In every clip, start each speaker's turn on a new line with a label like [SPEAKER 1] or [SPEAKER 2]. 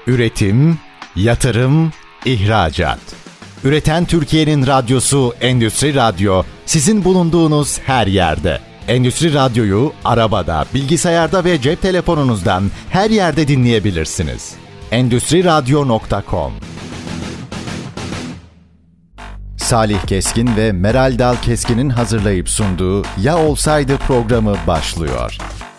[SPEAKER 1] Üretim, yatırım, ihracat. Üreten Türkiye'nin radyosu Endüstri Radyo, sizin bulunduğunuz her yerde. Endüstri Radyo'yu arabada, bilgisayarda ve cep telefonunuzdan her yerde dinleyebilirsiniz. Endüstriradyo.com. Salih Keskin ve Meral Dal Keskin'in hazırlayıp sunduğu Ya Olsaydı programı başlıyor.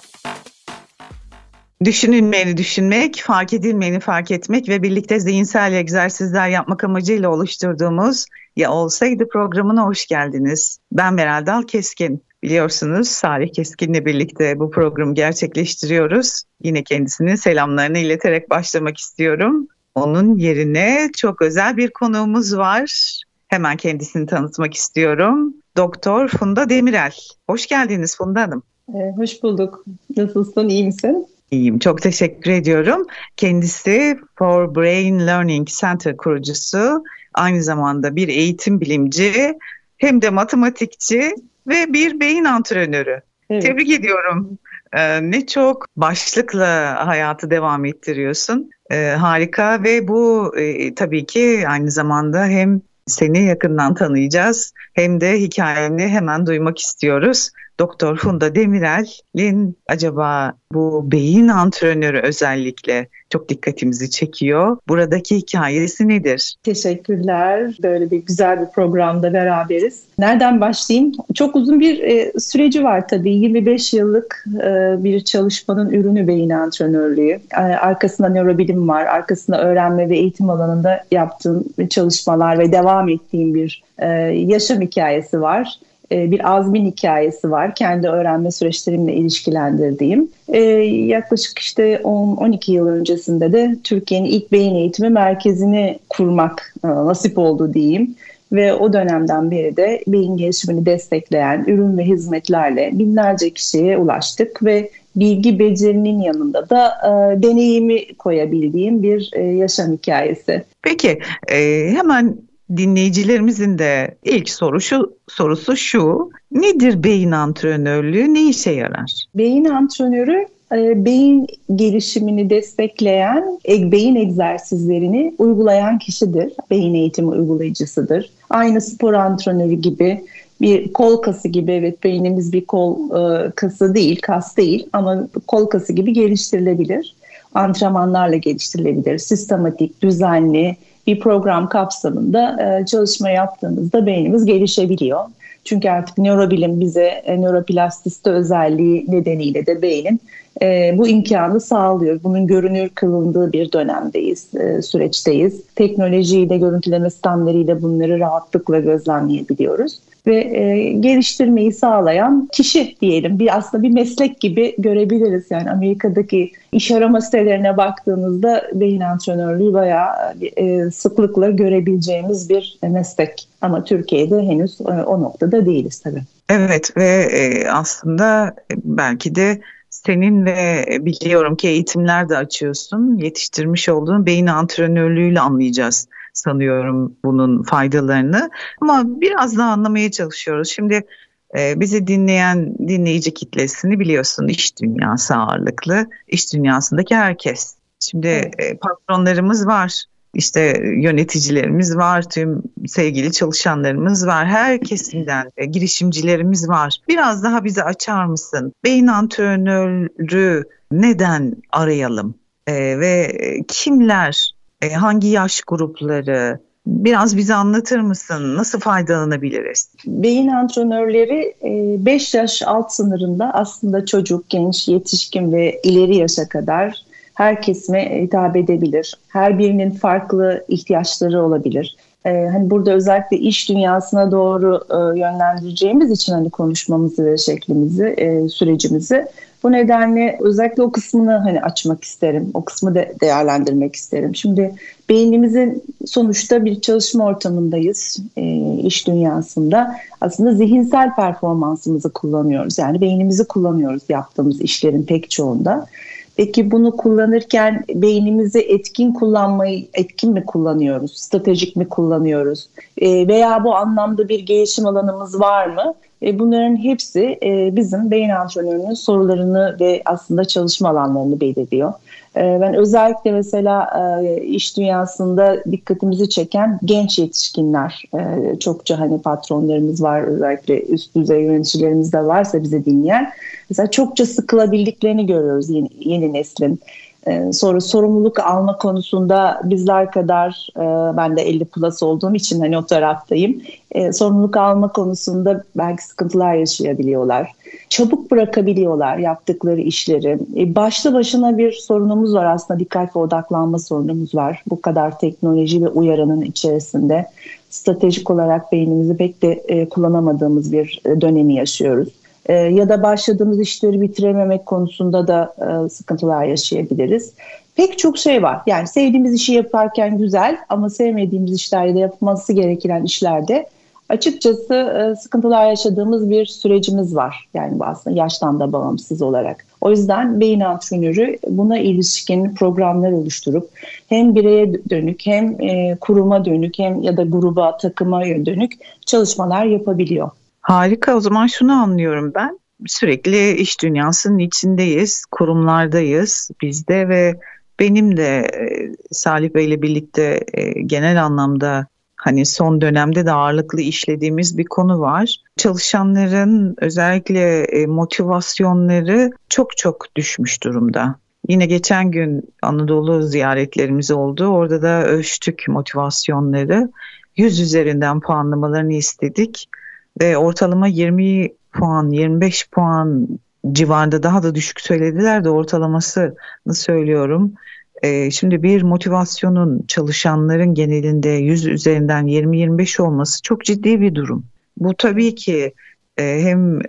[SPEAKER 2] Düşünülmeyeni düşünmek, fark edilmeyeni fark etmek ve birlikte zihinsel egzersizler yapmak amacıyla oluşturduğumuz Ya Olsaydı programına hoş geldiniz. Ben Meral Dal Keskin. Biliyorsunuz Salih Keskin'le birlikte bu programı gerçekleştiriyoruz. Yine kendisinin selamlarını ileterek başlamak istiyorum. Onun yerine çok özel bir konuğumuz var. Hemen kendisini tanıtmak istiyorum. Doktor Funda Demirel. Hoş geldiniz Funda Hanım.
[SPEAKER 3] Hoş bulduk. Nasılsın, iyi misin?
[SPEAKER 2] İyiyim, çok teşekkür ediyorum. Kendisi For Brain Learning Center kurucusu, aynı zamanda bir eğitim bilimci, hem de matematikçi ve bir beyin antrenörü. Evet. Tebrik ediyorum. Ne çok başlıkla hayatı devam ettiriyorsun. Harika ve bu tabii ki aynı zamanda hem seni yakından tanıyacağız hem de hikayeni hemen duymak istiyoruz. Doktor Funda Demirel'in acaba bu beyin antrenörü özellikle çok dikkatimizi çekiyor. Buradaki hikayesi nedir?
[SPEAKER 3] Teşekkürler. Böyle bir güzel bir programda beraberiz. Nereden başlayayım? Çok uzun bir süreci var tabii. 25 yıllık bir çalışmanın ürünü beyin antrenörlüğü. Arkasında nörobilim var. Arkasında öğrenme ve eğitim alanında yaptığım çalışmalar ve devam ettiğim bir yaşam hikayesi var. Bir azmin hikayesi var. Kendi öğrenme süreçlerimle ilişkilendirdiğim. Yaklaşık işte 10-12 yıl öncesinde de Türkiye'nin ilk beyin eğitimi merkezini kurmak nasip oldu diyeyim. Ve o dönemden beri de beyin gelişimini destekleyen ürün ve hizmetlerle binlerce kişiye ulaştık ve bilgi becerinin yanında da deneyimi koyabildiğim bir yaşam hikayesi.
[SPEAKER 2] Peki hemen dinleyicilerimizin de ilk sorusu şu. Nedir beyin antrenörlüğü? Ne işe yarar?
[SPEAKER 3] Beyin antrenörü beyin gelişimini destekleyen beyin egzersizlerini uygulayan kişidir. Beyin eğitimi uygulayıcısıdır. Aynı spor antrenörü gibi, bir kol kası gibi, evet beynimiz bir kol kası değil, kas değil ama kol kası gibi geliştirilebilir. Antrenmanlarla geliştirilebilir. Sistematik, düzenli bir program kapsamında çalışma yaptığımızda beynimiz gelişebiliyor. Çünkü artık nörobilim bize nöroplastisite özelliği nedeniyle de beynin bu imkanı sağlıyor. Bunun görünür kılındığı bir dönemdeyiz, süreçteyiz. Teknolojiyle, görüntüleme standartıyla bunları rahatlıkla gözlemleyebiliyoruz. Ve geliştirmeyi sağlayan kişi diyelim. Aslında bir meslek gibi görebiliriz. Yani Amerika'daki iş arama sitelerine baktığımızda beyin antrenörlüğü bayağı sıklıkla görebileceğimiz bir meslek. Ama Türkiye'de henüz o noktada değiliz tabii.
[SPEAKER 2] Evet ve aslında belki de senin ve biliyorum ki eğitimler de açıyorsun. Yetiştirmiş olduğun beyin antrenörlüğüyle anlayacağız sanıyorum bunun faydalarını. Ama biraz daha anlamaya çalışıyoruz. Şimdi bizi dinleyen dinleyici kitlesini biliyorsun, iş dünyası ağırlıklı. İş dünyasındaki herkes. Şimdi patronlarımız var. İşte yöneticilerimiz var, tüm sevgili çalışanlarımız var, her kesimden girişimcilerimiz var. Biraz daha bize açar mısın? Beyin antrenörü neden arayalım? Ve kimler, hangi yaş grupları? Biraz bize anlatır mısın? Nasıl faydalanabiliriz?
[SPEAKER 3] Beyin antrenörleri 5 yaş alt sınırında aslında çocuk, genç, yetişkin ve ileri yaşa kadar her kesime hitap edebilir. Her birinin farklı ihtiyaçları olabilir. Hani burada özellikle iş dünyasına doğru yönlendireceğimiz için hani konuşmamızı ve şeklimizi, sürecimizi. Bu nedenle özellikle o kısmını hani açmak isterim. O kısmı da değerlendirmek isterim. Şimdi beynimizin sonuçta bir çalışma ortamındayız, iş dünyasında. Aslında zihinsel performansımızı kullanıyoruz. Yani beynimizi kullanıyoruz yaptığımız işlerin pek çoğunda. Peki bunu kullanırken beynimizi etkin mi kullanıyoruz, stratejik mi kullanıyoruz veya bu anlamda bir gelişim alanımız var mı? Bunların hepsi bizim beyin antrenörünün sorularını ve aslında çalışma alanlarını belirliyor. Ben özellikle mesela iş dünyasında dikkatimizi çeken genç yetişkinler, çokça hani patronlarımız var, özellikle üst düzey yöneticilerimiz de varsa bizi dinleyen, mesela çokça sıkılabildiklerini görüyoruz yeni neslin. Sonra sorumluluk alma konusunda bizler kadar, ben de 50 plus olduğum için hani o taraftayım, sorumluluk alma konusunda belki sıkıntılar yaşayabiliyorlar. Çabuk bırakabiliyorlar yaptıkları işleri. Başlı başına bir sorunumuz var aslında, dikkat ve odaklanma sorunumuz var. Bu kadar teknoloji ve uyaranın içerisinde stratejik olarak beynimizi pek de kullanamadığımız bir dönemi yaşıyoruz. Ya da başladığımız işleri bitirememek konusunda da sıkıntılar yaşayabiliriz. Pek çok şey var. Yani sevdiğimiz işi yaparken güzel ama sevmediğimiz işlerde, yapılması gereken işlerde açıkçası sıkıntılar yaşadığımız bir sürecimiz var. Yani bu aslında yaştan da bağımsız olarak. O yüzden beyin antrenörü buna ilişkin programlar oluşturup hem bireye dönük hem kuruma dönük hem ya da gruba, takıma dönük çalışmalar yapabiliyor.
[SPEAKER 2] Harika. O zaman şunu anlıyorum ben. Sürekli iş dünyasının içindeyiz, kurumlardayız biz de ve benim de Salih Bey'le birlikte genel anlamda hani son dönemde de ağırlıklı işlediğimiz bir konu var. Çalışanların özellikle motivasyonları çok çok düşmüş durumda. Yine geçen gün Anadolu ziyaretlerimiz oldu. Orada da ölçtük motivasyonları. 100 üzerinden puanlamalarını istedik. Ve ortalama 20 puan, 25 puan civarında, daha da düşük söylediler de ortalamasını söylüyorum. Şimdi bir motivasyonun çalışanların genelinde 100 üzerinden 20-25 olması çok ciddi bir durum. Bu tabii ki hem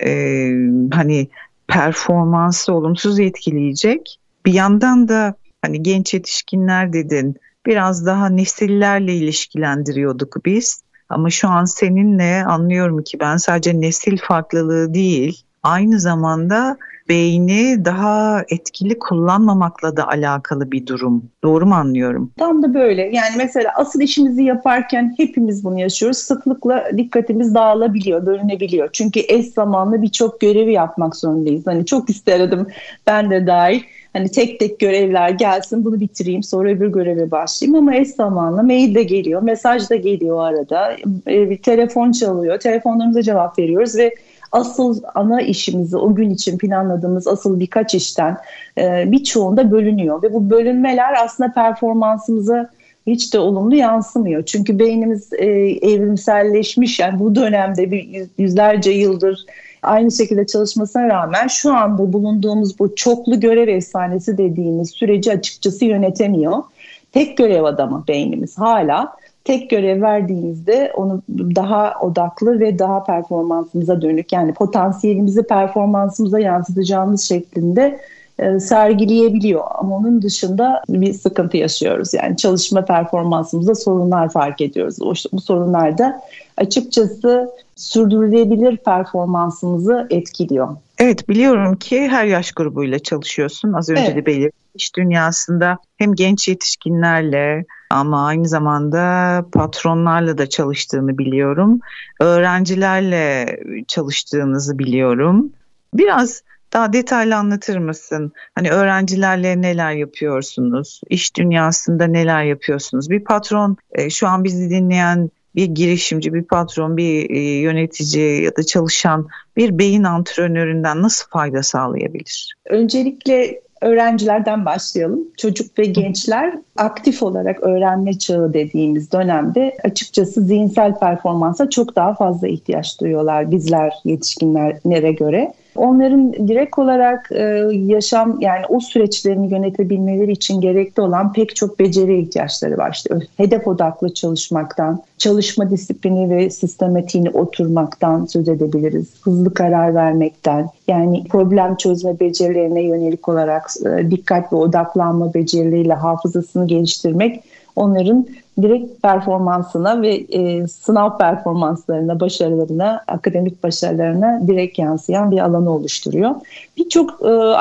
[SPEAKER 2] hani performansı olumsuz etkileyecek. Bir yandan da hani genç yetişkinler dedin, biraz daha nesillerle ilişkilendiriyorduk biz. Ama şu an seninle anlıyorum ki ben sadece nesil farklılığı değil, aynı zamanda beyni daha etkili kullanmamakla da alakalı bir durum. Doğru mu anlıyorum?
[SPEAKER 3] Tam da böyle. Yani mesela asıl işimizi yaparken hepimiz bunu yaşıyoruz. Sıklıkla dikkatimiz dağılabiliyor, bölünebiliyor. Çünkü eş zamanlı birçok görevi yapmak zorundayız. Hani çok isterdim, ben de dahil. Hani tek tek görevler gelsin, bunu bitireyim, sonra öbür göreve başlayayım, ama eş zamanlı mail de geliyor, mesaj da geliyor arada, bir telefon çalıyor, telefonlarımıza cevap veriyoruz ve asıl ana işimizi, o gün için planladığımız asıl birkaç işten birçoğunda bölünüyor ve bu bölünmeler aslında performansımıza hiç de olumlu yansımıyor. Çünkü beynimiz evrimselleşmiş, yani bu dönemde bir yüzlerce yıldır aynı şekilde çalışmasına rağmen şu anda bulunduğumuz bu çoklu görev efsanesi dediğimiz süreci açıkçası yönetemiyor. Tek görev adamı beynimiz hala. Tek görev verdiğimizde onu daha odaklı ve daha performansımıza dönük, yani potansiyelimizi performansımıza yansıtacağımız şeklinde sergileyebiliyor. Ama onun dışında bir sıkıntı yaşıyoruz. Yani çalışma performansımızda sorunlar fark ediyoruz. Bu sorunlar da açıkçası sürdürülebilir performansımızı etkiliyor.
[SPEAKER 2] Evet, biliyorum ki her yaş grubuyla çalışıyorsun. Az önce de belirttim. İş dünyasında hem genç yetişkinlerle ama aynı zamanda patronlarla da çalıştığını biliyorum. Öğrencilerle çalıştığınızı biliyorum. Biraz daha detaylı anlatır mısın? Hani öğrencilerle neler yapıyorsunuz? İş dünyasında neler yapıyorsunuz? Bir patron, şu an bizi dinleyen bir girişimci, bir patron, bir yönetici ya da çalışan bir beyin antrenöründen nasıl fayda sağlayabilir?
[SPEAKER 3] Öncelikle öğrencilerden başlayalım. Çocuk ve gençler aktif olarak öğrenme çağı dediğimiz dönemde açıkçası zihinsel performansa çok daha fazla ihtiyaç duyuyorlar bizler yetişkinlere göre. Onların direkt olarak yaşam, yani o süreçlerini yönetebilmeleri için gerekli olan pek çok beceri ihtiyaçları var. İşte hedef odaklı çalışmaktan, çalışma disiplini ve sistematiğini oturmaktan söz edebiliriz. Hızlı karar vermekten, yani problem çözme becerilerine yönelik olarak dikkat ve odaklanma becerileriyle hafızasını geliştirmek onların direkt performansına ve sınav performanslarına, başarılarına, akademik başarılarına direkt yansıyan bir alanı oluşturuyor. Birçok artık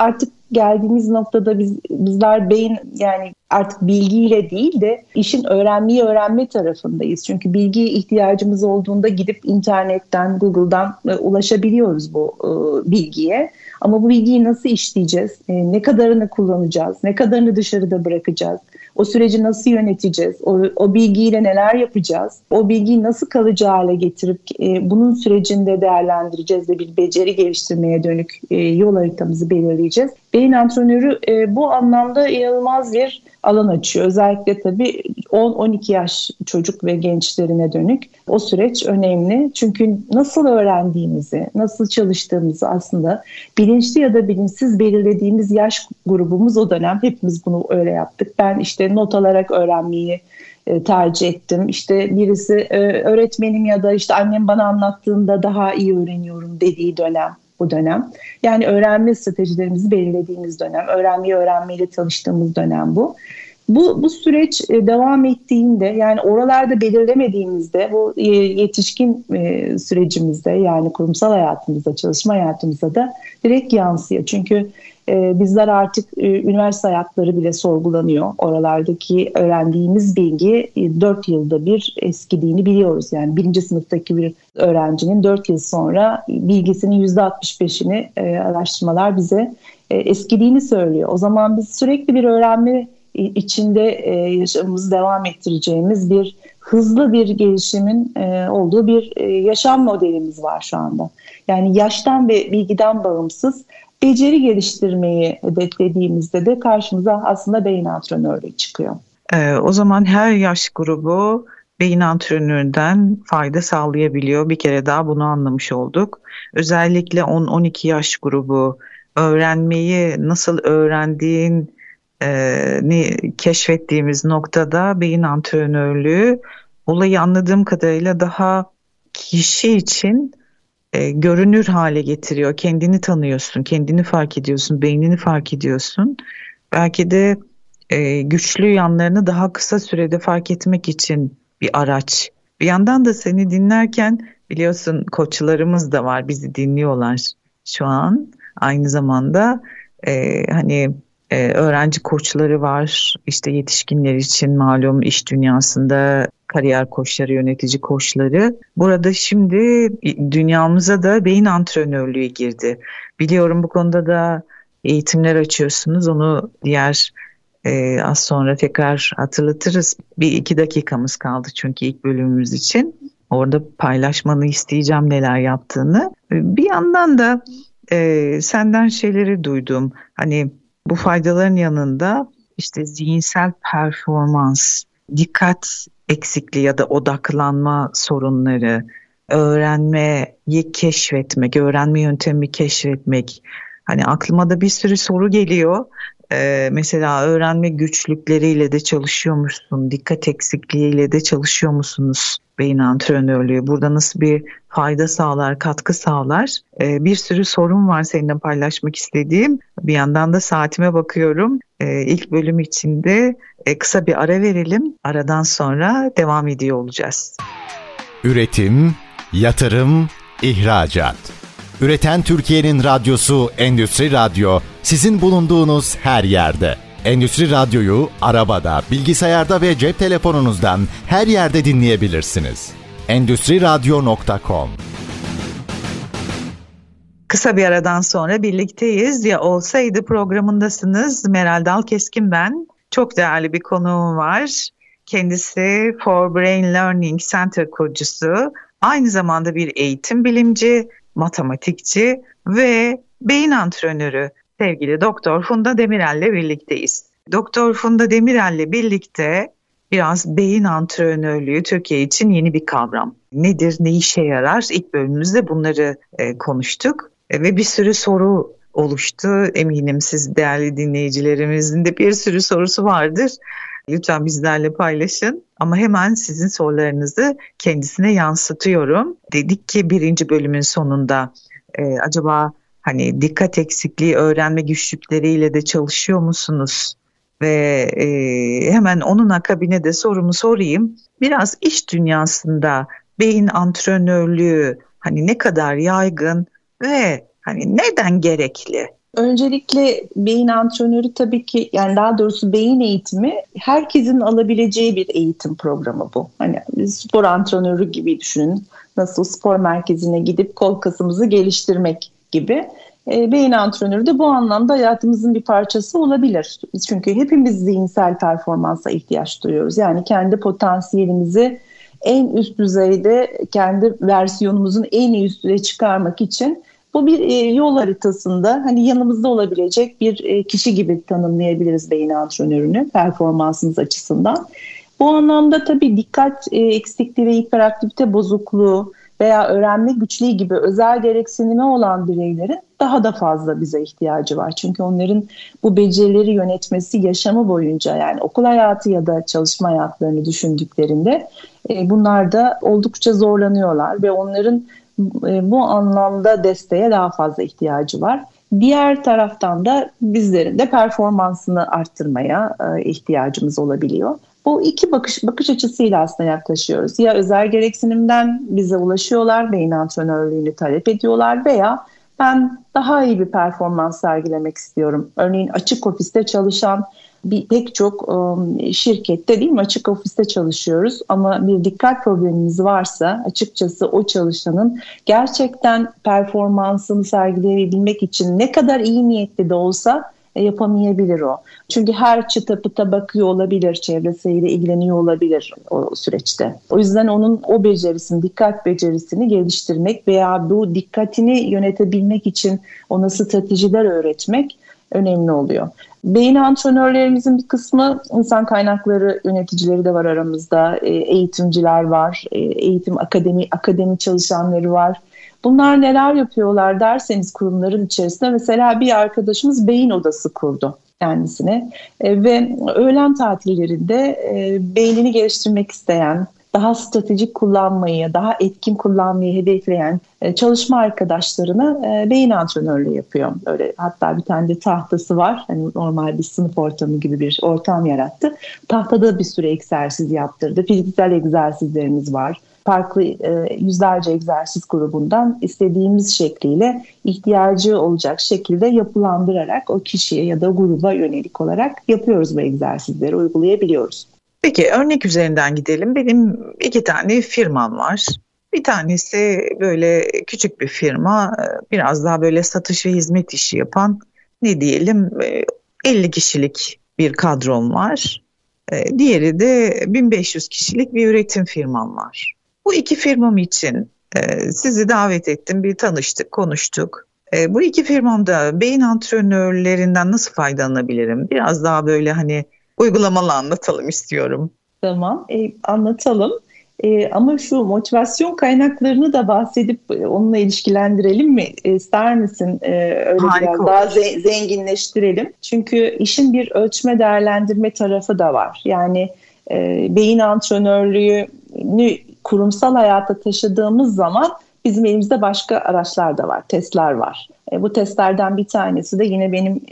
[SPEAKER 3] geldiğimiz noktada bizler beyin, yani artık bilgiyle değil de işin öğrenme tarafındayız. Çünkü bilgiye ihtiyacımız olduğunda gidip internetten, Google'dan ulaşabiliyoruz bu bilgiye. Ama bu bilgiyi nasıl işleyeceğiz? Ne kadarını kullanacağız? Ne kadarını dışarıda bırakacağız? O süreci nasıl yöneteceğiz? O bilgiyle neler yapacağız? O bilgiyi nasıl kalıcı hale getirip bunun sürecinde değerlendireceğiz ve bir beceri geliştirmeye dönük yol haritamızı belirleyeceğiz. Beyin antrenörü bu anlamda inanılmaz bir alan açıyor. Özellikle tabii 10-12 yaş çocuk ve gençlerine dönük o süreç önemli. Çünkü nasıl öğrendiğimizi, nasıl çalıştığımızı aslında bilinçli ya da bilinçsiz belirlediğimiz yaş grubumuz o dönem. Hepimiz bunu öyle yaptık. Ben işte not alarak öğrenmeyi tercih ettim. İşte birisi öğretmenim ya da işte annem bana anlattığında daha iyi öğreniyorum dediği dönem. Bu dönem. Yani öğrenme stratejilerimizi belirlediğimiz dönem, öğrenmeyle tanıştığımız dönem bu. Bu süreç devam ettiğinde, yani oralarda belirlemediğimizde bu yetişkin sürecimizde, yani kurumsal hayatımızda, çalışma hayatımızda da direkt yansıyor. Çünkü bizler artık üniversite hayatları bile sorgulanıyor. Oralardaki öğrendiğimiz bilgi 4 yılda bir eskidiğini biliyoruz. Yani 1. sınıftaki bir öğrencinin 4 yıl sonra bilgisinin %65'ini araştırmalar bize eskidiğini söylüyor. O zaman biz sürekli bir öğrenme içinde yaşamımızı devam ettireceğimiz bir hızlı bir gelişimin olduğu bir yaşam modelimiz var şu anda. Yani yaştan ve bilgiden bağımsız beceri geliştirmeyi hedeflediğimizde de karşımıza aslında beyin antrenörlüğü çıkıyor.
[SPEAKER 2] O zaman her yaş grubu beyin antrenöründen fayda sağlayabiliyor. Bir kere daha bunu anlamış olduk. Özellikle 10-12 yaş grubu öğrenmeyi nasıl öğrendiğini keşfettiğimiz noktada beyin antrenörlüğü olayı anladığım kadarıyla daha kişi için görünür hale getiriyor. Kendini tanıyorsun, kendini fark ediyorsun, beynini fark ediyorsun. Belki de güçlü yanlarını daha kısa sürede fark etmek için bir araç. Bir yandan da seni dinlerken biliyorsun koçlarımız da var, bizi dinliyorlar şu an. Aynı zamanda öğrenci koçları var. İşte yetişkinler için malum iş dünyasında kariyer koçları, yönetici koçları. Burada şimdi dünyamıza da beyin antrenörlüğü girdi. Biliyorum bu konuda da eğitimler açıyorsunuz. Onu az sonra tekrar hatırlatırız. 1-2 dakikamız kaldı çünkü ilk bölümümüz için. Orada paylaşmanı isteyeceğim neler yaptığını. Bir yandan da senden şeyleri duydum. Hani bu faydaların yanında işte zihinsel performans, dikkat eksikliği ya da odaklanma sorunları, öğrenmeyi keşfetmek, öğrenme yöntemini keşfetmek. Hani aklıma da bir sürü soru geliyor. Mesela öğrenme güçlükleriyle de çalışıyor musun? Dikkat eksikliğiyle de çalışıyor musunuz beyin antrenörlüğü? Burada nasıl bir fayda sağlar, katkı sağlar? Bir sürü sorun var seninle paylaşmak istediğim. Bir yandan da saatime bakıyorum. İlk bölüm içinde kısa bir ara verelim. Aradan sonra devam ediyor olacağız.
[SPEAKER 1] Üretim, yatırım, ihracat. Üreten Türkiye'nin radyosu Endüstri Radyo, sizin bulunduğunuz her yerde. Endüstri Radyo'yu arabada, bilgisayarda ve cep telefonunuzdan her yerde dinleyebilirsiniz. Endüstriradyo.com.
[SPEAKER 2] Kısa bir aradan sonra birlikteyiz. Ya olsaydı programındasınız. Meral Dalkeskin ben. Çok değerli bir konuğum var. Kendisi For Brain Learning Center kurucusu. Aynı zamanda bir eğitim bilimci, matematikçi ve beyin antrenörü. Sevgili Doktor Funda Demirel'le birlikteyiz. Doktor Funda Demirel'le birlikte biraz beyin antrenörlüğü Türkiye için yeni bir kavram. Nedir, ne işe yarar? İlk bölümümüzde bunları konuştuk ve bir sürü soru oluştu. Eminim siz değerli dinleyicilerimizin de bir sürü sorusu vardır. Lütfen bizlerle paylaşın. Ama hemen sizin sorularınızı kendisine yansıtıyorum. Dedik ki 1. bölümün sonunda acaba hani dikkat eksikliği, öğrenme güçlükleriyle de çalışıyor musunuz? Ve hemen onun akabine de sorumu sorayım. Biraz iş dünyasında beyin antrenörlüğü hani ne kadar yaygın ve hani neden gerekli?
[SPEAKER 3] Öncelikle beyin antrenörü tabii ki, yani daha doğrusu beyin eğitimi herkesin alabileceği bir eğitim programı bu. Hani spor antrenörü gibi düşünün. Nasıl spor merkezine gidip kol kasımızı geliştirmek gibi. Beyin antrenörü de bu anlamda hayatımızın bir parçası olabilir. Çünkü hepimiz zihinsel performansa ihtiyaç duyuyoruz. Yani kendi potansiyelimizi en üst düzeyde, kendi versiyonumuzun en iyi üstüne çıkarmak için bu bir yol haritasında hani yanımızda olabilecek bir kişi gibi tanımlayabiliriz beyin antrenörünü performansımız açısından. Bu anlamda tabii dikkat eksikliği ve hiperaktivite bozukluğu veya öğrenme güçlüğü gibi özel gereksinimi olan bireylerin daha da fazla bize ihtiyacı var. Çünkü onların bu becerileri yönetmesi yaşamı boyunca, yani okul hayatı ya da çalışma hayatlarını düşündüklerinde bunlar da oldukça zorlanıyorlar ve onların bu anlamda desteğe daha fazla ihtiyacı var. Diğer taraftan da bizlerin de performansını arttırmaya ihtiyacımız olabiliyor. Bu iki bakış açısıyla aslında yaklaşıyoruz. Ya özel gereksinimden bize ulaşıyorlar, beyin antrenörlüğünü talep ediyorlar veya ben daha iyi bir performans sergilemek istiyorum. Örneğin açık ofiste çalışan pek çok şirkette, değil mi, açık ofiste çalışıyoruz ama bir dikkat problemimiz varsa açıkçası o çalışanın gerçekten performansını sergileyebilmek için ne kadar iyi niyetli de olsa yapamayabilir o. Çünkü her çıta pıta bakıyor olabilir, çevresiyle ilgileniyor olabilir o süreçte. O yüzden onun o becerisini, dikkat becerisini geliştirmek veya bu dikkatini yönetebilmek için ona stratejiler öğretmek önemli oluyor. Beyin antrenörlerimizin bir kısmı insan kaynakları yöneticileri de var aramızda, eğitimciler var, eğitim akademi çalışanları var. Bunlar neler yapıyorlar derseniz kurumların içerisinde mesela bir arkadaşımız beyin odası kurdu kendisine ve öğlen tatillerinde beynini geliştirmek isteyen, daha stratejik kullanmayı, daha etkin kullanmayı hedefleyen çalışma arkadaşlarına beyin antrenörlüğü yapıyor. Öyle, hatta bir tane de tahtası var. Hani normal bir sınıf ortamı gibi bir ortam yarattı. Tahtada bir sürü egzersiz yaptırdı. Fiziksel egzersizlerimiz var. Farklı yüzlerce egzersiz grubundan istediğimiz şekliyle ihtiyacı olacak şekilde yapılandırarak o kişiye ya da gruba yönelik olarak yapıyoruz, bu egzersizleri uygulayabiliyoruz.
[SPEAKER 2] Peki örnek üzerinden gidelim. Benim 2 tane firmam var. Bir tanesi böyle küçük bir firma, biraz daha böyle satış ve hizmet işi yapan, ne diyelim 50 kişilik bir kadrom var. Diğeri de 1500 kişilik bir üretim firmam var. Bu 2 firmam için sizi davet ettim, bir tanıştık, konuştuk. Bu 2 firmamda beyin antrenörlerinden nasıl faydalanabilirim? Biraz daha böyle hani uygulamalı anlatalım istiyorum.
[SPEAKER 3] Tamam, anlatalım. Ama şu motivasyon kaynaklarını da bahsedip onunla ilişkilendirelim mi? İster misin? Öyle
[SPEAKER 2] Harika
[SPEAKER 3] biraz daha zenginleştirelim. Çünkü işin bir ölçme değerlendirme tarafı da var. Yani beyin antrenörlüğünü kurumsal hayata taşıdığımız zaman bizim elimizde başka araçlar da var, testler var. Bu testlerden bir tanesi de yine benim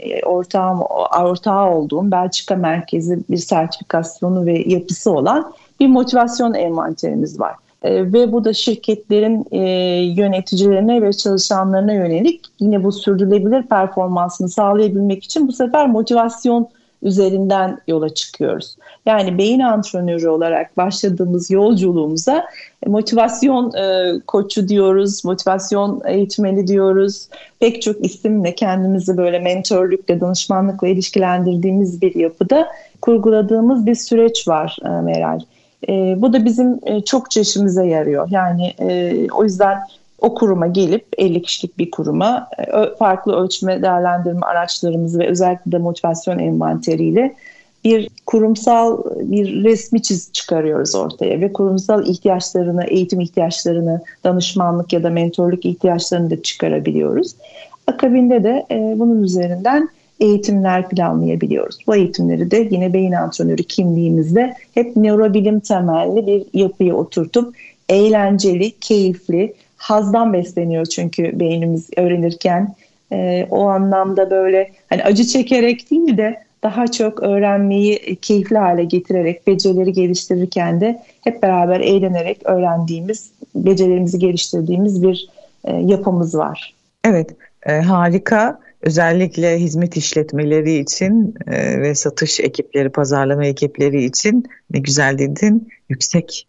[SPEAKER 3] ortağı olduğum Belçika merkezi bir sertifikasyonu ve yapısı olan bir motivasyon envanterimiz var. Ve bu da şirketlerin yöneticilerine ve çalışanlarına yönelik yine bu sürdürülebilir performansını sağlayabilmek için bu sefer motivasyon üzerinden yola çıkıyoruz. Yani beyin antrenörü olarak başladığımız yolculuğumuza motivasyon koçu diyoruz, motivasyon eğitmeni diyoruz. Pek çok isimle kendimizi böyle mentörlükle, danışmanlıkla ilişkilendirdiğimiz bir yapıda kurguladığımız bir süreç var Meral. Bu da bizim çokça işimize yarıyor. Yani o yüzden o kuruma gelip 50 kişilik bir kuruma farklı ölçme değerlendirme araçlarımızı ve özellikle de motivasyon envanteriyle bir kurumsal bir resmi çıkarıyoruz ortaya ve kurumsal ihtiyaçlarını, eğitim ihtiyaçlarını, danışmanlık ya da mentorluk ihtiyaçlarını da çıkarabiliyoruz. Akabinde de bunun üzerinden eğitimler planlayabiliyoruz. Bu eğitimleri de yine beyin antrenörü kimliğimizde hep nörobilim temelli bir yapıya oturtup eğlenceli, keyifli, hazdan besleniyor çünkü beynimiz öğrenirken o anlamda böyle hani acı çekerek değil de daha çok öğrenmeyi keyifli hale getirerek, becerileri geliştirirken de hep beraber eğlenerek öğrendiğimiz, becerilerimizi geliştirdiğimiz bir yapımız var.
[SPEAKER 2] Evet, harika. özellikle hizmet işletmeleri için ve satış ekipleri, pazarlama ekipleri için ne güzel dedin, yüksek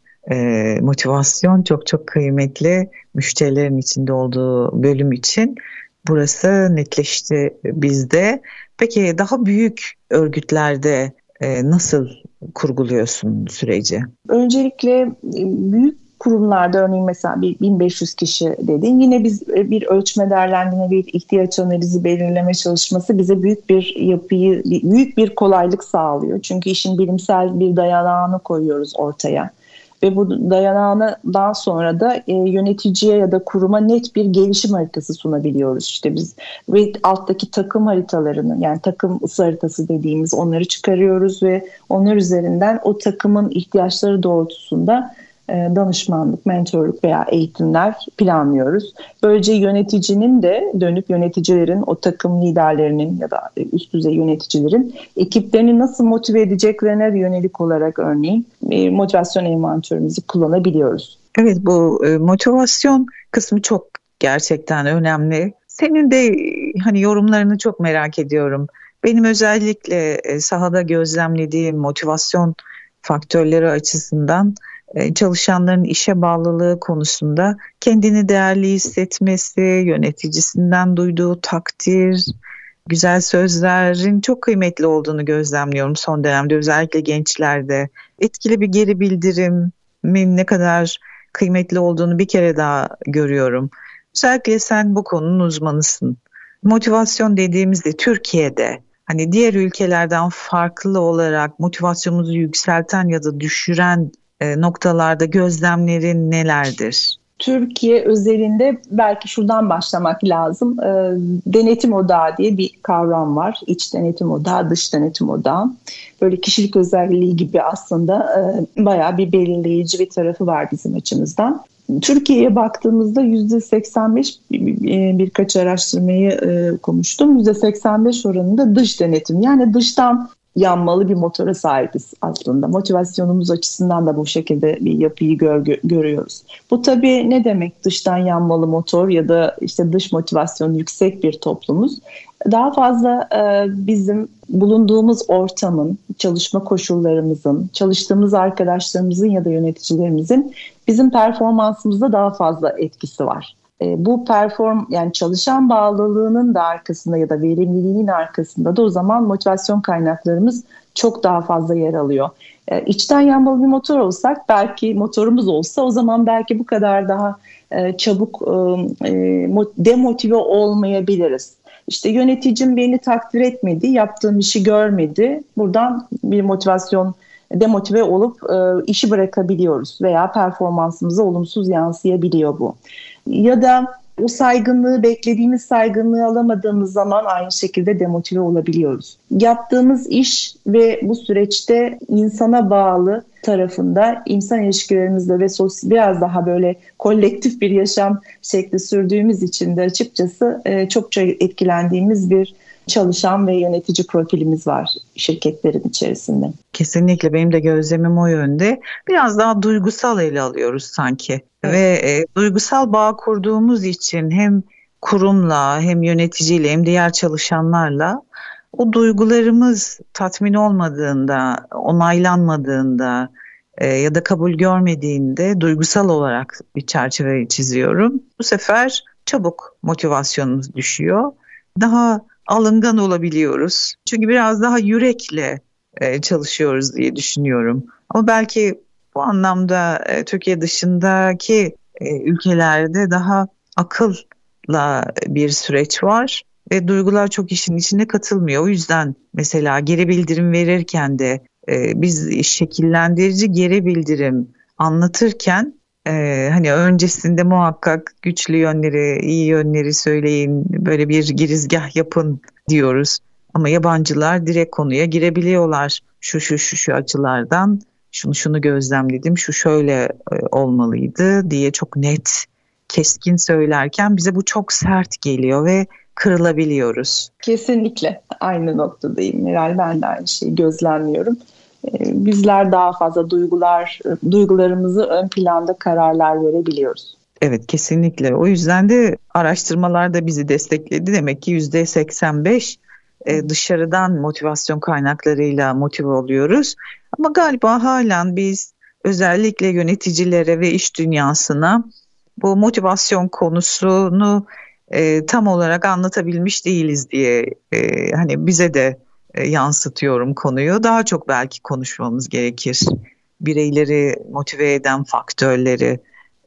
[SPEAKER 2] motivasyon çok çok kıymetli, müşterilerin içinde olduğu bölüm için burası netleşti bizde. Peki daha büyük örgütlerde nasıl kurguluyorsun süreci?
[SPEAKER 3] Öncelikle büyük kurumlarda, örneğin mesela 1500 kişi dedin. Yine biz bir ölçme değerlendirme, bir ihtiyaç analizi belirleme çalışması bize büyük bir yapıyı, büyük bir kolaylık sağlıyor. Çünkü işin bilimsel bir dayanağını koyuyoruz ortaya. Ve bu dayanağından sonra da yöneticiye ya da kuruma net bir gelişim haritası sunabiliyoruz. İşte biz ve alttaki takım haritalarını, yani takım ısı haritası dediğimiz, onları çıkarıyoruz ve onlar üzerinden o takımın ihtiyaçları doğrultusunda danışmanlık, mentorluk veya eğitimler planlıyoruz. Böylece yöneticinin de dönüp yöneticilerin, o takım liderlerinin ya da üst düzey yöneticilerin ekiplerini nasıl motive edeceklerine yönelik olarak örneğin motivasyon envanterimizi kullanabiliyoruz.
[SPEAKER 2] Evet, bu motivasyon kısmı çok gerçekten önemli. Senin de hani yorumlarını çok merak ediyorum. Benim özellikle sahada gözlemlediğim motivasyon faktörleri açısından çalışanların işe bağlılığı konusunda kendini değerli hissetmesi, yöneticisinden duyduğu takdir, güzel sözlerin çok kıymetli olduğunu gözlemliyorum son dönemde, özellikle gençlerde. Etkili bir geri bildirimin ne kadar kıymetli olduğunu bir kere daha görüyorum. Özellikle sen bu konunun uzmanısın. Motivasyon dediğimizde Türkiye'de hani diğer ülkelerden farklı olarak motivasyonumuzu yükselten ya da düşüren noktalarda gözlemlerin nelerdir?
[SPEAKER 3] Türkiye özelinde belki şuradan başlamak lazım. Denetim odağı diye bir kavram var. İç denetim odağı, dış denetim odağı. Böyle kişilik özelliği gibi aslında bayağı bir belirleyici bir tarafı var bizim açımızdan. Türkiye'ye baktığımızda %85, birkaç araştırmayı okumuştum. %85 oranında dış denetim, yani dıştan yanmalı bir motora sahibiz aslında. Motivasyonumuz açısından da bu şekilde bir yapıyı görüyoruz. Bu tabii ne demek dıştan yanmalı motor ya da işte dış motivasyonu yüksek bir toplumuz? Daha fazla bizim bulunduğumuz ortamın, çalışma koşullarımızın, çalıştığımız arkadaşlarımızın ya da yöneticilerimizin bizim performansımızda daha fazla etkisi var. Bu yani çalışan bağlılığının da arkasında ya da verimliliğinin arkasında da o zaman motivasyon kaynaklarımız çok daha fazla yer alıyor. İçten yanmalı bir motor olsak, belki motorumuz olsa, o zaman belki bu kadar daha çabuk demotive olmayabiliriz. İşte yöneticim beni takdir etmedi, yaptığım işi görmedi. Buradan bir demotive olup işi bırakabiliyoruz veya performansımıza olumsuz yansıyabiliyor bu. Ya da o saygınlığı, beklediğimiz saygınlığı alamadığımız zaman aynı şekilde demotive olabiliyoruz. Yaptığımız iş ve bu süreçte insana bağlı tarafında insan ilişkilerimizde ve biraz daha böyle kolektif bir yaşam şekli sürdüğümüz için de açıkçası çokça etkilendiğimiz bir çalışan ve yönetici profilimiz var şirketlerin içerisinde.
[SPEAKER 2] Kesinlikle benim de gözlemim o yönde. Biraz daha duygusal ele alıyoruz sanki. Evet. Ve duygusal bağ kurduğumuz için hem kurumla hem yöneticiyle hem diğer çalışanlarla o duygularımız tatmin olmadığında, onaylanmadığında ya da kabul görmediğinde duygusal olarak bir çerçeve çiziyorum. Bu sefer çabuk motivasyonumuz düşüyor. Daha alıngan olabiliyoruz. Çünkü biraz daha yürekle çalışıyoruz diye düşünüyorum. Ama belki bu anlamda Türkiye dışındaki ülkelerde daha akılla bir süreç var ve duygular çok işin içine katılmıyor. O yüzden mesela geri bildirim verirken de biz şekillendirici geri bildirim anlatırken hani öncesinde muhakkak güçlü yönleri, iyi yönleri söyleyin, böyle bir girizgah yapın diyoruz. Ama yabancılar direkt konuya girebiliyorlar. Şu açılardan şunu gözlemledim, şu şöyle olmalıydı diye çok net, keskin söylerken bize bu çok sert geliyor ve kırılabiliyoruz.
[SPEAKER 3] Kesinlikle aynı noktadayım Meral, ben de aynı şeyi gözlemliyorum. Bizler daha fazla duygularımızı ön planda kararlar verebiliyoruz.
[SPEAKER 2] Evet, kesinlikle. O yüzden de araştırmalar da bizi destekledi. Demek ki %85 dışarıdan motivasyon kaynaklarıyla motive oluyoruz. Ama galiba halen biz özellikle yöneticilere ve iş dünyasına bu motivasyon konusunu tam olarak anlatabilmiş değiliz diye hani bize de yansıtıyorum konuyu. Daha çok belki konuşmamız gerekir. Bireyleri motive eden faktörleri.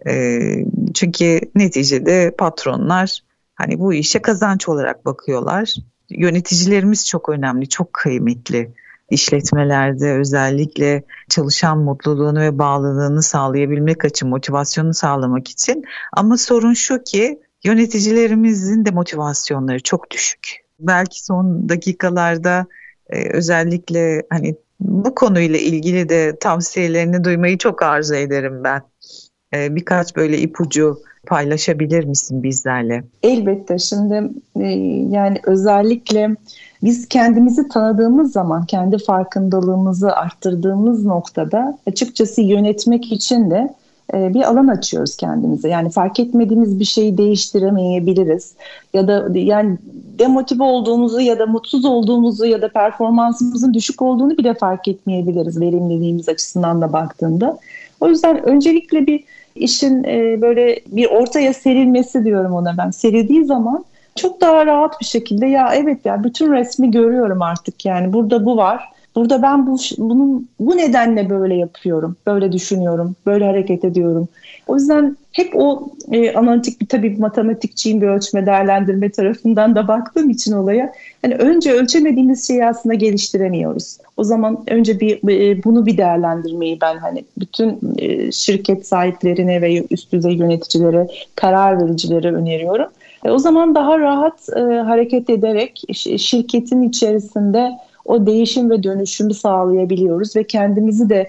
[SPEAKER 2] Çünkü neticede patronlar hani bu işe kazanç olarak bakıyorlar. Yöneticilerimiz çok önemli, çok kıymetli. İşletmelerde özellikle çalışan mutluluğunu ve bağlılığını sağlayabilmek için, motivasyonu sağlamak için. Ama sorun şu ki yöneticilerimizin de motivasyonları çok düşük. Belki son dakikalarda özellikle hani bu konuyla ilgili de tavsiyelerini duymayı çok arzu ederim ben. Birkaç böyle ipucu paylaşabilir misin bizlerle?
[SPEAKER 3] Elbette. Şimdi yani özellikle biz kendimizi tanıdığımız zaman, kendi farkındalığımızı arttırdığımız noktada açıkçası yönetmek için de bir alan açıyoruz kendimize. Yani fark etmediğimiz bir şeyi değiştiremeyebiliriz. Ya da yani demotive olduğumuzu ya da mutsuz olduğumuzu ya da performansımızın düşük olduğunu bile fark etmeyebiliriz verimliliğimiz açısından da baktığında. O yüzden öncelikle bir işin böyle bir ortaya serilmesi diyorum ona ben. Serildiği zaman çok daha rahat bir şekilde ya evet ya bütün resmi görüyorum artık, yani burada bu var. Burada ben bu nedenle böyle yapıyorum, böyle düşünüyorum, böyle hareket ediyorum. O yüzden hep o analitik tabii matematikçiyim, bir ölçme değerlendirme tarafından da baktığım için olaya. Hani önce ölçemediğimiz şeyi aslında geliştiremiyoruz. O zaman önce bunu bir değerlendirmeyi ben hani bütün şirket sahiplerine ve üst düzey yöneticilere, karar vericilere öneriyorum. O zaman daha rahat hareket ederek şirketin içerisinde o değişim ve dönüşümü sağlayabiliyoruz ve kendimizi de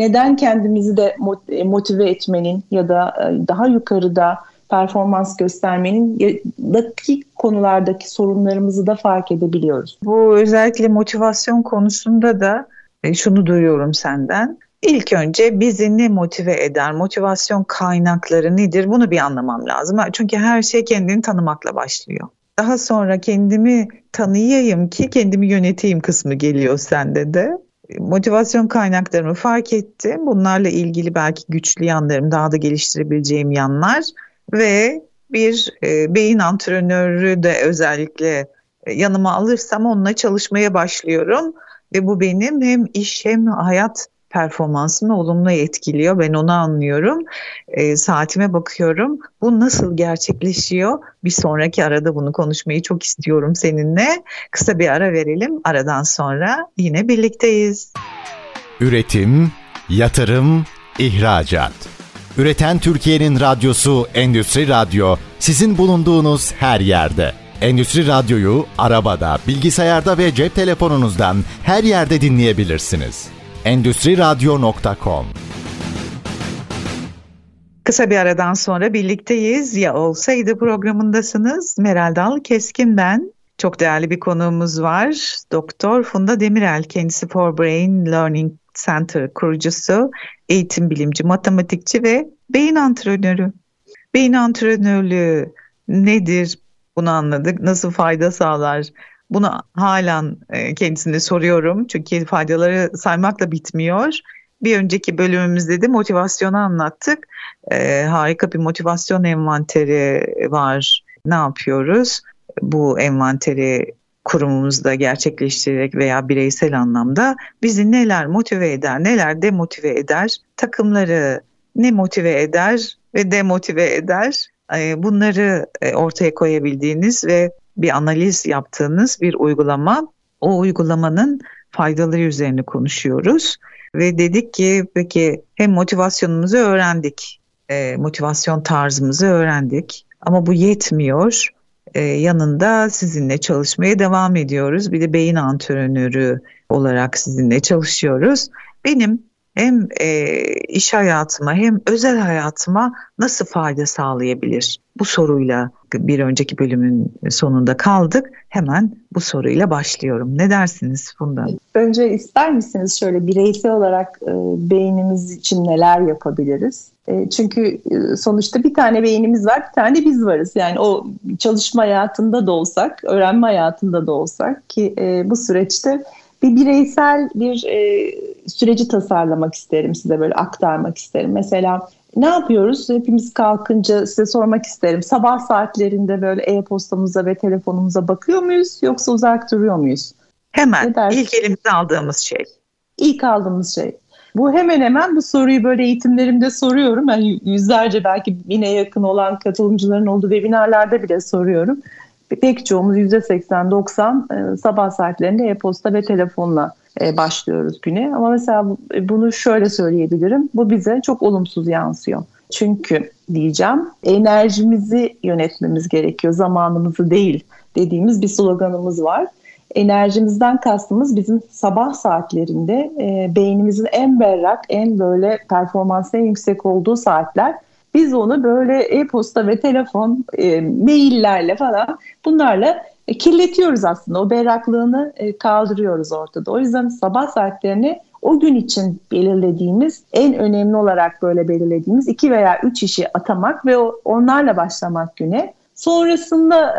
[SPEAKER 3] motive etmenin ya da daha yukarıda performans göstermenin dakik konulardaki sorunlarımızı da fark edebiliyoruz.
[SPEAKER 2] Bu özellikle motivasyon konusunda da şunu duyuyorum senden. İlk önce bizi ne motive eder, motivasyon kaynakları nedir, bunu bir anlamam lazım. Çünkü her şey kendini tanımakla başlıyor. Daha sonra kendimi tanıyayım ki kendimi yöneteyim kısmı geliyor sende de. Motivasyon kaynaklarımı fark ettim. Bunlarla ilgili belki güçlü yanlarım, daha da geliştirebileceğim yanlar ve bir beyin antrenörü de özellikle yanıma alırsam onunla çalışmaya başlıyorum. Ve bu benim hem iş hem hayat performansımı olumlu etkiliyor. Ben onu anlıyorum. Saatime bakıyorum. Bu nasıl gerçekleşiyor? Bir sonraki arada bunu konuşmayı çok istiyorum seninle. Kısa bir ara verelim. Aradan sonra yine birlikteyiz.
[SPEAKER 1] Üretim, yatırım, ihracat. Üreten Türkiye'nin radyosu Endüstri Radyo, sizin bulunduğunuz her yerde. Endüstri Radyo'yu arabada, bilgisayarda ve cep telefonunuzdan her yerde dinleyebilirsiniz. Endüstriradyo.com.
[SPEAKER 2] Kısa bir aradan sonra birlikteyiz. Ya olsaydı programındasınız. Meral Dal Keskin ben. Çok değerli bir konuğumuz var. Doktor Funda Demirel, kendisi For Brain Learning Center kurucusu, eğitim bilimci, matematikçi ve beyin antrenörü. Beyin antrenörlüğü nedir? Bunu anladık. Nasıl fayda sağlar? Bunu halen kendisine soruyorum. Çünkü faydaları saymakla bitmiyor. Bir önceki bölümümüzde de motivasyonu anlattık. Harika bir motivasyon envanteri var. Ne yapıyoruz? Bu envanteri kurumumuzda gerçekleştirerek veya bireysel anlamda bizi neler motive eder, neler demotive eder, takımları ne motive eder ve demotive eder. Bunları ortaya koyabildiğiniz ve bir analiz yaptığınız bir uygulama. O uygulamanın faydaları üzerine konuşuyoruz. Ve dedik ki peki hem motivasyonumuzu öğrendik, motivasyon tarzımızı öğrendik. Ama bu yetmiyor. Yanında sizinle çalışmaya devam ediyoruz. Bir de beyin antrenörü olarak sizinle çalışıyoruz. Benim hem iş hayatıma hem özel hayatıma nasıl fayda sağlayabilir? Bu soruyla bir önceki bölümün sonunda kaldık. Hemen bu soruyla başlıyorum. Ne dersiniz Funda?
[SPEAKER 3] Önce ister misiniz şöyle bireysel olarak beynimiz için neler yapabiliriz? Çünkü sonuçta bir tane beynimiz var, bir tane biz varız. Yani o çalışma hayatında da olsak, öğrenme hayatında da olsak ki bu süreçte bir bireysel bir süreci tasarlamak isterim, size böyle aktarmak isterim. Mesela ne yapıyoruz? Hepimiz kalkınca size sormak isterim. Sabah saatlerinde böyle e-postamıza ve telefonumuza bakıyor muyuz yoksa uzak duruyor muyuz?
[SPEAKER 2] Hemen ilk elimize aldığımız şey.
[SPEAKER 3] İlk aldığımız şey. Bu hemen hemen bu soruyu böyle eğitimlerimde soruyorum. Yani yüzlerce belki 1000'e yakın olan katılımcıların olduğu webinarlarda bile soruyorum. Pek çoğumuz %80-90 sabah saatlerinde e-posta ve telefonla başlıyoruz güne. Ama mesela bunu şöyle söyleyebilirim. Bu bize çok olumsuz yansıyor. Çünkü diyeceğim enerjimizi yönetmemiz gerekiyor. Zamanımızı değil dediğimiz bir sloganımız var. Enerjimizden kastımız bizim sabah saatlerinde beynimizin en berrak, en böyle performansı en yüksek olduğu saatler. Biz onu böyle e-posta ve telefon, maillerle falan bunlarla kirletiyoruz aslında. O berraklığını kaldırıyoruz ortada. O yüzden sabah saatlerini o gün için belirlediğimiz, en önemli olarak böyle belirlediğimiz 2 veya 3 işi atamak ve onlarla başlamak güne. Sonrasında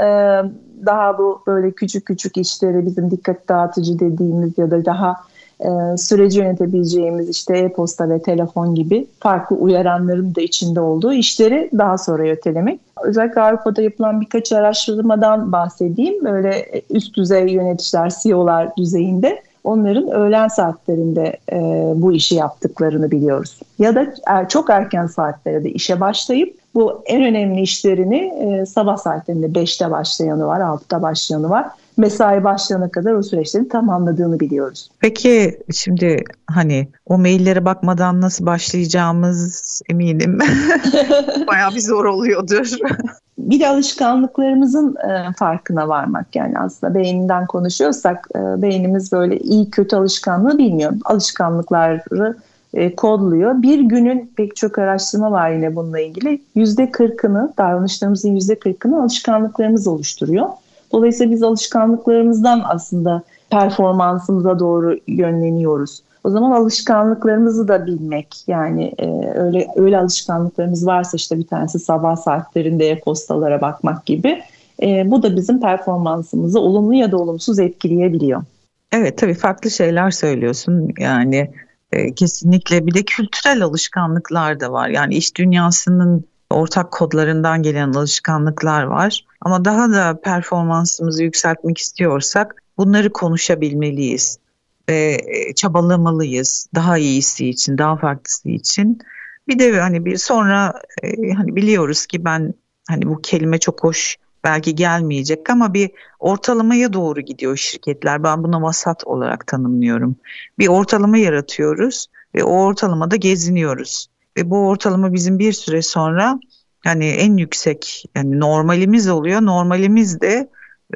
[SPEAKER 3] daha bu böyle küçük küçük işleri, bizim dikkat dağıtıcı dediğimiz ya da daha süreci yönetebileceğimiz işte e-posta ve telefon gibi farklı uyaranların da içinde olduğu işleri daha sonra ötelemek. Özellikle Avrupa'da yapılan birkaç araştırmadan bahsedeyim. Böyle üst düzey yöneticiler, CEO'lar düzeyinde onların öğlen saatlerinde bu işi yaptıklarını biliyoruz. Ya da çok erken saatlerde işe başlayıp bu en önemli işlerini sabah saatlerinde 5'te başlayanı var, 6'da başlayanı var. Mesai başlayana kadar o süreçlerin tamamladığını biliyoruz.
[SPEAKER 2] Peki şimdi hani o maillere bakmadan nasıl başlayacağımız eminim bayağı bir zor oluyordur.
[SPEAKER 3] Bir de alışkanlıklarımızın farkına varmak, yani aslında beyninden konuşuyorsak beynimiz böyle iyi kötü alışkanlığı bilmiyor. Alışkanlıkları kodluyor. Bir günün pek çok araştırma var yine bununla ilgili. %40'ını, davranışlarımızın %40'ını alışkanlıklarımız oluşturuyor. Dolayısıyla biz alışkanlıklarımızdan aslında performansımıza doğru yönleniyoruz. O zaman alışkanlıklarımızı da bilmek, yani öyle alışkanlıklarımız varsa işte bir tanesi sabah saatlerinde e-postalara bakmak gibi, bu da bizim performansımızı olumlu ya da olumsuz etkileyebiliyor.
[SPEAKER 2] Evet, tabii farklı şeyler söylüyorsun yani kesinlikle. Bir de kültürel alışkanlıklar da var, yani iş dünyasının ortak kodlarından gelen alışkanlıklar var. Ama daha da performansımızı yükseltmek istiyorsak bunları konuşabilmeliyiz ve çabalamalıyız daha iyisi için, daha farklısı için. Bir de hani bir sonra hani biliyoruz ki ben hani bu kelime çok hoş belki gelmeyecek ama bir ortalamaya doğru gidiyor şirketler. Ben buna vasat olarak tanımlıyorum. Bir ortalama yaratıyoruz ve o ortalamada geziniyoruz. Ve bu ortalama bizim bir süre sonra yani en yüksek, yani normalimiz oluyor. Normalimiz de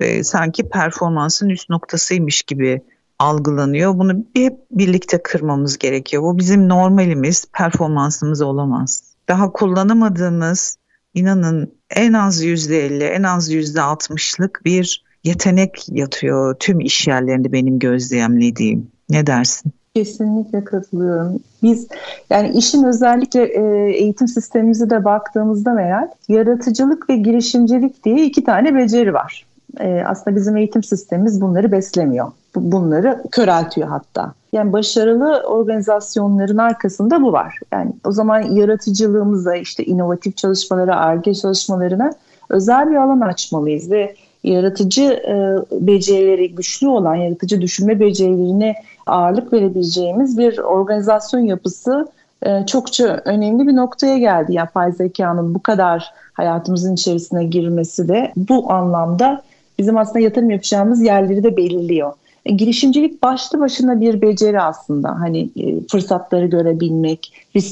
[SPEAKER 2] sanki performansın üst noktasıymış gibi algılanıyor. Bunu hep birlikte kırmamız gerekiyor. Bu bizim normalimiz, performansımız olamaz. Daha kullanamadığımız, inanın en az %50, en az %60'lık bir yetenek yatıyor tüm iş yerlerinde benim gözlemlediğim. Ne dersin?
[SPEAKER 3] Kesinlikle katılıyorum. Biz yani işin özellikle eğitim sistemimize de baktığımızda Meral, yaratıcılık ve girişimcilik diye 2 tane beceri var. Aslında bizim eğitim sistemimiz bunları beslemiyor. Bunları köreltiyor hatta. Yani başarılı organizasyonların arkasında bu var. Yani o zaman yaratıcılığımıza, işte inovatif çalışmalara, Ar-Ge çalışmalarına özel bir alan açmalıyız ve yaratıcı becerileri güçlü olan, yaratıcı düşünme becerilerine ağırlık verebileceğimiz bir organizasyon yapısı çokça önemli bir noktaya geldi. Yapay zekanın bu kadar hayatımızın içerisine girmesi de bu anlamda bizim aslında yatırım yapacağımız yerleri de belirliyor. Girişimcilik başlı başına bir beceri aslında. Hani fırsatları görebilmek,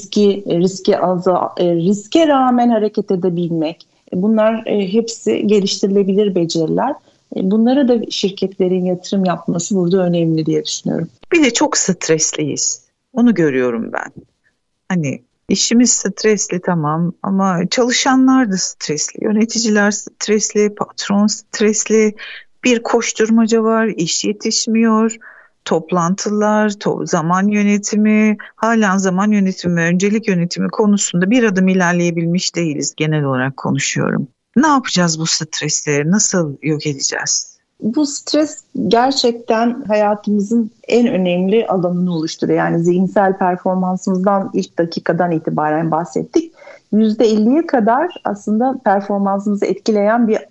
[SPEAKER 3] riske rağmen hareket edebilmek. Bunlar hepsi geliştirilebilir beceriler. Bunlara da şirketlerin yatırım yapması burada önemli diye düşünüyorum.
[SPEAKER 2] Bir de çok stresliyiz. Onu görüyorum ben. Hani işimiz stresli tamam ama çalışanlar da stresli, yöneticiler stresli, patron stresli, bir koşturmaca var, iş yetişmiyor, toplantılar, zaman yönetimi, halen zaman yönetimi, öncelik yönetimi konusunda bir adım ilerleyebilmiş değiliz, genel olarak konuşuyorum. Ne yapacağız bu stresleri, nasıl yok edeceğiz?
[SPEAKER 3] Bu stres gerçekten hayatımızın en önemli alanını oluşturuyor. Yani zihinsel performansımızdan ilk dakikadan itibaren bahsettik. %50'ye kadar aslında performansımızı etkileyen bir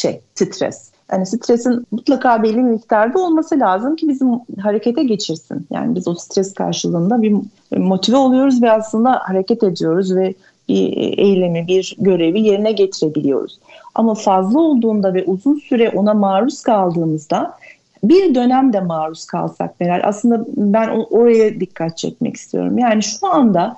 [SPEAKER 3] stres. Yani stresin mutlaka belli bir miktarda olması lazım ki bizi harekete geçirsin. Yani biz o stres karşılığında bir motive oluyoruz ve aslında hareket ediyoruz ve bir eylemi, bir görevi yerine getirebiliyoruz. Ama fazla olduğunda ve uzun süre ona maruz kaldığımızda, bir dönemde maruz kalsak Meral, aslında ben oraya dikkat çekmek istiyorum. Yani şu anda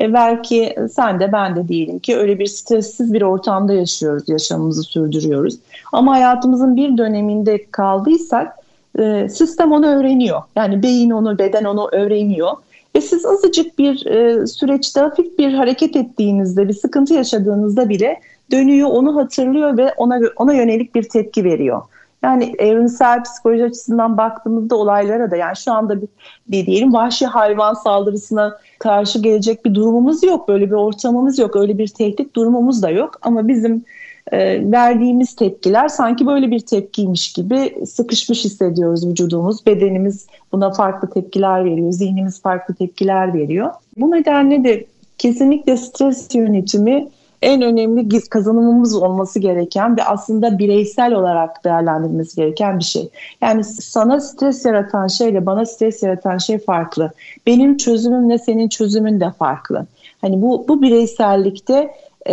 [SPEAKER 3] belki sen de ben de diyelim ki öyle bir stressiz bir ortamda yaşıyoruz, yaşamımızı sürdürüyoruz. Ama hayatımızın bir döneminde kaldıysak sistem onu öğreniyor. Yani beyin onu, beden onu öğreniyor. Ve siz azıcık bir süreçte hafif bir hareket ettiğinizde, bir sıkıntı yaşadığınızda bile dönüyor, onu hatırlıyor ve ona yönelik bir tepki veriyor. Yani evrimsel psikoloji açısından baktığımızda olaylara da, yani şu anda bir diyelim vahşi hayvan saldırısına karşı gelecek bir durumumuz yok. Böyle bir ortamımız yok. Öyle bir tehdit durumumuz da yok. Ama bizim verdiğimiz tepkiler sanki böyle bir tepkiymiş gibi sıkışmış hissediyoruz vücudumuz. Bedenimiz buna farklı tepkiler veriyor. Zihnimiz farklı tepkiler veriyor. Bu nedenle de kesinlikle stres yönetimi en önemli kazanımımız olması gereken ve aslında bireysel olarak değerlendirmemiz gereken bir şey. Yani sana stres yaratan şeyle bana stres yaratan şey farklı. Benim çözümümle senin çözümün de farklı. Hani bu bireysellikte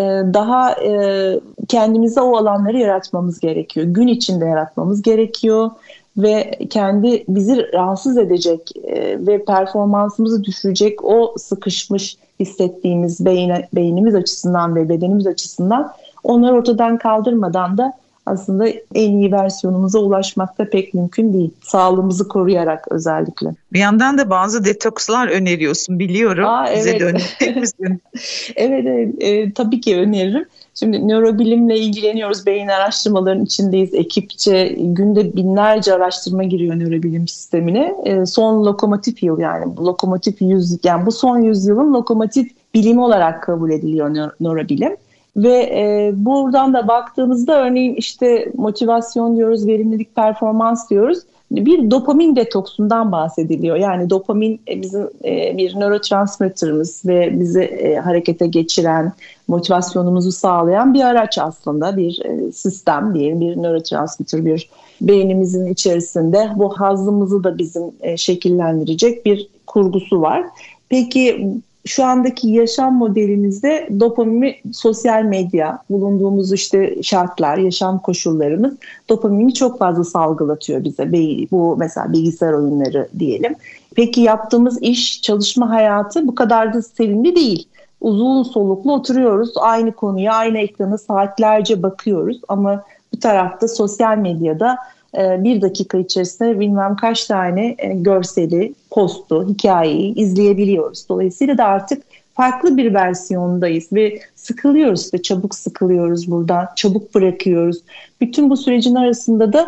[SPEAKER 3] daha kendimize o alanları yaratmamız gerekiyor. Gün içinde yaratmamız gerekiyor ve kendi bizi rahatsız edecek ve performansımızı düşürecek o sıkışmış hissettiğimiz beynimiz açısından ve bedenimiz açısından onları ortadan kaldırmadan da aslında en iyi versiyonumuza ulaşmak da pek mümkün değil. Sağlığımızı koruyarak özellikle.
[SPEAKER 2] Bir yandan da bazı detokslar öneriyorsun, biliyorum.
[SPEAKER 3] Evet.
[SPEAKER 2] Bize de önerecek misin?
[SPEAKER 3] Evet, tabii ki öneririm. Şimdi nörobilimle ilgileniyoruz. Beyin araştırmalarının içindeyiz. Ekipçe günde binlerce araştırma giriyor nörobilim sistemine. Son lokomotif yıl, yani bu lokomotif yani bu son yüzyılın lokomotif bilimi olarak kabul ediliyor nörobilim. Ve buradan da baktığımızda örneğin işte motivasyon diyoruz, verimlilik, performans diyoruz. Bir dopamin detoksundan bahsediliyor. Yani dopamin bizim bir nörotransmitterimiz ve bizi harekete geçiren, motivasyonumuzu sağlayan bir araç aslında. Bir sistem diyelim, bir nörotransmitter, bir beynimizin içerisinde bu hazzımızı da bizim şekillendirecek bir kurgusu var. Peki şu andaki yaşam modelimizde dopamini sosyal medya, bulunduğumuz işte şartlar, yaşam koşullarımız dopamini çok fazla salgılatıyor bize. Bu mesela bilgisayar oyunları diyelim. Peki yaptığımız iş, çalışma hayatı bu kadar da sevimli değil. Uzun soluklu oturuyoruz, aynı konuya, aynı ekrana saatlerce bakıyoruz ama bu tarafta sosyal medyada bir dakika içerisinde bilmem kaç tane görseli, postu, hikayeyi izleyebiliyoruz. Dolayısıyla da artık farklı bir versiyondayız ve sıkılıyoruz ve çabuk sıkılıyoruz buradan, çabuk bırakıyoruz. Bütün bu sürecin arasında da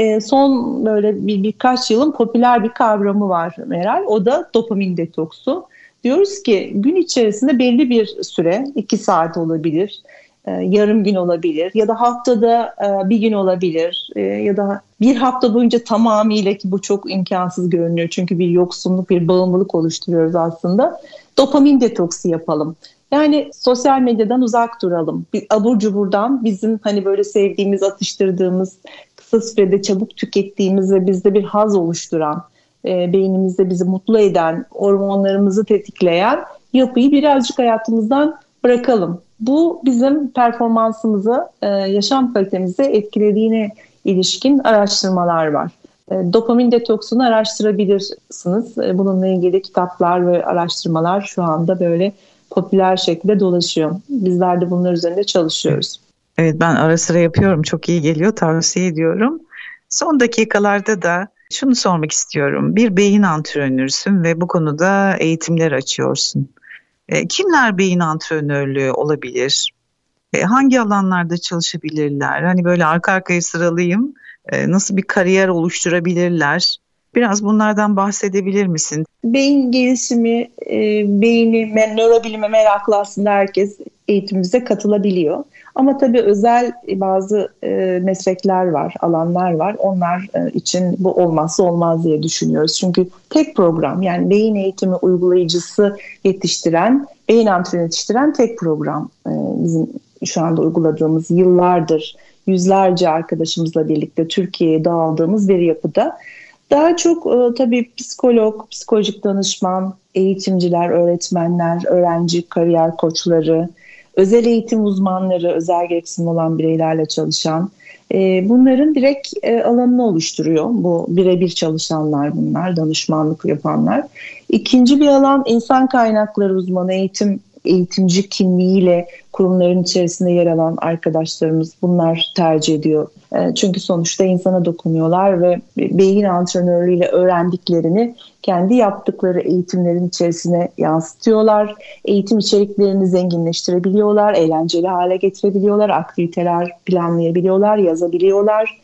[SPEAKER 3] son böyle birkaç yılın popüler bir kavramı var Meral. O da dopamin detoksu. Diyoruz ki gün içerisinde belli bir süre, 2 saat olabilir, yarım gün olabilir ya da haftada bir gün olabilir ya da bir hafta boyunca tamamıyla, ki bu çok imkansız görünüyor çünkü bir yoksunluk, bir bağımlılık oluşturuyoruz aslında. Dopamin detoksu yapalım. Yani sosyal medyadan uzak duralım. Bir abur cuburdan, bizim hani böyle sevdiğimiz, atıştırdığımız, kısa sürede çabuk tükettiğimiz ve bizde bir haz oluşturan, beynimizde bizi mutlu eden, hormonlarımızı tetikleyen yapıyı birazcık hayatımızdan bırakalım. Bu bizim performansımızı, yaşam kalitemizi etkilediğine ilişkin araştırmalar var. Dopamin detoksunu araştırabilirsiniz. Bununla ilgili kitaplar ve araştırmalar şu anda böyle popüler şekilde dolaşıyor. Bizler de bunlar üzerinde çalışıyoruz.
[SPEAKER 2] Evet, ben ara sıra yapıyorum. Çok iyi geliyor. Tavsiye ediyorum. Son dakikalarda da Şunu sormak istiyorum. Bir beyin antrenörüsün ve bu konuda eğitimler açıyorsun. Kimler beyin antrenörlüğü olabilir? Hangi alanlarda çalışabilirler? Hani böyle arka arkaya sıralayayım. Nasıl bir kariyer oluşturabilirler? Biraz bunlardan bahsedebilir misin?
[SPEAKER 3] Beyin gelişimi, beyni, nörobilime meraklı aslında herkes eğitimimize katılabiliyor. Ama tabii özel bazı meslekler var, alanlar var. Onlar için bu olmazsa olmaz diye düşünüyoruz. Çünkü tek program, yani beyin eğitimi uygulayıcısı yetiştiren, beyin antrenörü yetiştiren tek program bizim şu anda uyguladığımız, yıllardır yüzlerce arkadaşımızla birlikte Türkiye'ye dağıldığımız bir yapıda. Daha çok tabii psikolog, psikolojik danışman, eğitimciler, öğretmenler, öğrenci kariyer koçları, özel eğitim uzmanları, özel gereksinim olan bireylerle çalışan, bunların direkt alanını oluşturuyor. Bu birebir çalışanlar bunlar, danışmanlık yapanlar. İkinci bir alan insan kaynakları uzmanı, eğitimci kimliğiyle kurumların içerisinde yer alan arkadaşlarımız bunlar tercih ediyor. Çünkü sonuçta insana dokunuyorlar ve beyin antrenörlüğüyle öğrendiklerini kendi yaptıkları eğitimlerin içerisine yansıtıyorlar. Eğitim içeriklerini zenginleştirebiliyorlar, eğlenceli hale getirebiliyorlar, aktiviteler planlayabiliyorlar, yazabiliyorlar.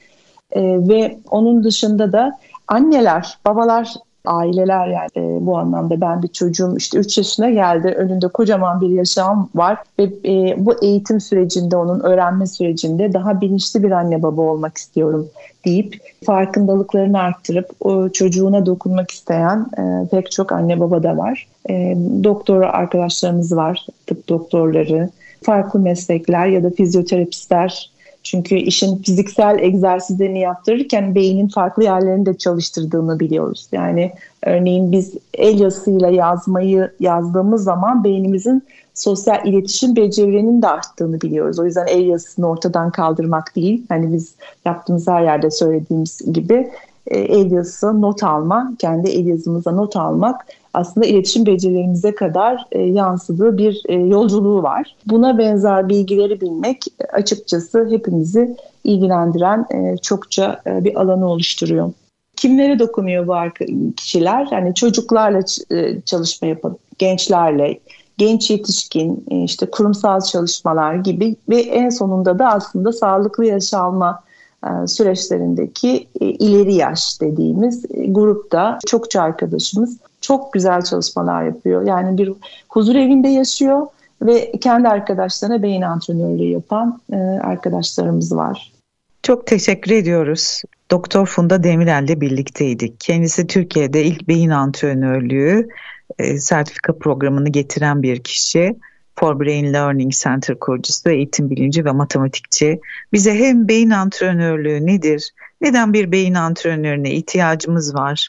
[SPEAKER 3] Ve onun dışında da anneler, babalar, aileler, yani bu anlamda ben bir çocuğum işte 3 yaşına geldi, önünde kocaman bir yaşam var ve bu eğitim sürecinde, onun öğrenme sürecinde daha bilinçli bir anne baba olmak istiyorum deyip farkındalıklarını arttırıp o çocuğuna dokunmak isteyen pek çok anne baba da var. Doktor arkadaşlarımız var, tıp doktorları, farklı meslekler ya da fizyoterapistler. Çünkü işin fiziksel egzersizlerini yaptırırken beynin farklı yerlerini de çalıştırdığını biliyoruz. Yani örneğin biz el yazısıyla yazdığımız zaman beynimizin sosyal iletişim becerilerinin de arttığını biliyoruz. O yüzden el yazısını ortadan kaldırmak değil. Hani biz yaptığımız her yerde söylediğimiz gibi el yazısı, not alma, kendi el yazımıza not almak aslında iletişim becerilerimize kadar yansıdığı bir yolculuğu var. Buna benzer bilgileri bilmek açıkçası hepimizi ilgilendiren çokça bir alanı oluşturuyor. Kimlere dokunuyor bu kişiler? Yani çocuklarla çalışma yapan, gençlerle, genç yetişkin, işte kurumsal çalışmalar gibi ve en sonunda da aslında sağlıklı yaş alma süreçlerindeki ileri yaş dediğimiz grupta çokça arkadaşımız çok güzel çalışmalar yapıyor. Yani bir huzur evinde yaşıyor ve kendi arkadaşlarına beyin antrenörlüğü yapan arkadaşlarımız var.
[SPEAKER 2] Çok teşekkür ediyoruz. Doktor Funda Demirel ile birlikteydik. Kendisi Türkiye'de ilk beyin antrenörlüğü sertifika programını getiren bir kişi. For Brain Learning Center kurucusu, eğitim bilimci ve matematikçi. Bize hem beyin antrenörlüğü nedir, neden bir beyin antrenörüne ihtiyacımız var,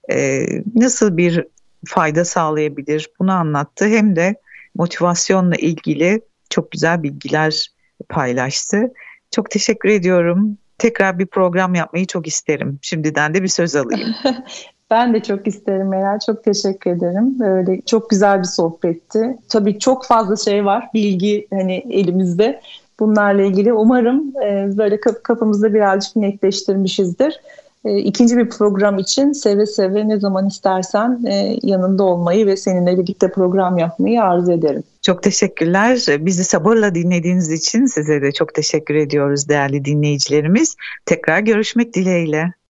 [SPEAKER 2] nasıl bir fayda sağlayabilir bunu anlattı. Hem de motivasyonla ilgili çok güzel bilgiler paylaştı. Çok teşekkür ediyorum. Tekrar bir program yapmayı çok isterim. Şimdiden de bir söz alayım.
[SPEAKER 3] Ben de çok isterim Meral. Çok teşekkür ederim. Böyle çok güzel bir sohbetti. Tabii çok fazla şey var. Bilgi hani elimizde. Bunlarla ilgili umarım böyle kafamızda birazcık netleştirmişizdir. İkinci bir program için seve seve ne zaman istersen yanında olmayı ve seninle birlikte program yapmayı arzu ederim.
[SPEAKER 2] Çok teşekkürler. Bizi sabırla dinlediğiniz için size de çok teşekkür ediyoruz değerli dinleyicilerimiz. Tekrar görüşmek dileğiyle.